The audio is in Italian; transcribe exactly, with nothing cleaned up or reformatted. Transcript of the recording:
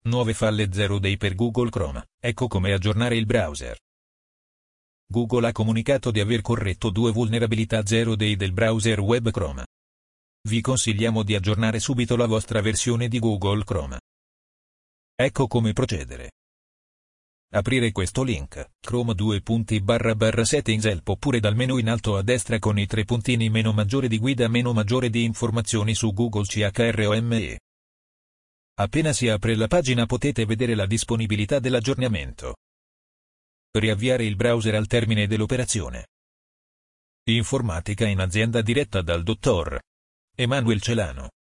nuove falle zero day per Google Chrome, ecco come aggiornare il browser. Google ha comunicato di aver corretto due vulnerabilità zero day del browser web Chrome. Vi consigliamo di aggiornare subito la vostra versione di Google Chrome. Ecco come procedere. Aprire questo link, Chrome due punti barra barra settings help oppure dal menu in alto a destra con i tre puntini meno maggiore di guida meno maggiore di informazioni su Google Chrome. Appena si apre la pagina potete vedere la disponibilità dell'aggiornamento. Riavviare il browser al termine dell'operazione. Informatica in azienda diretta dal dottor Emanuel Celano.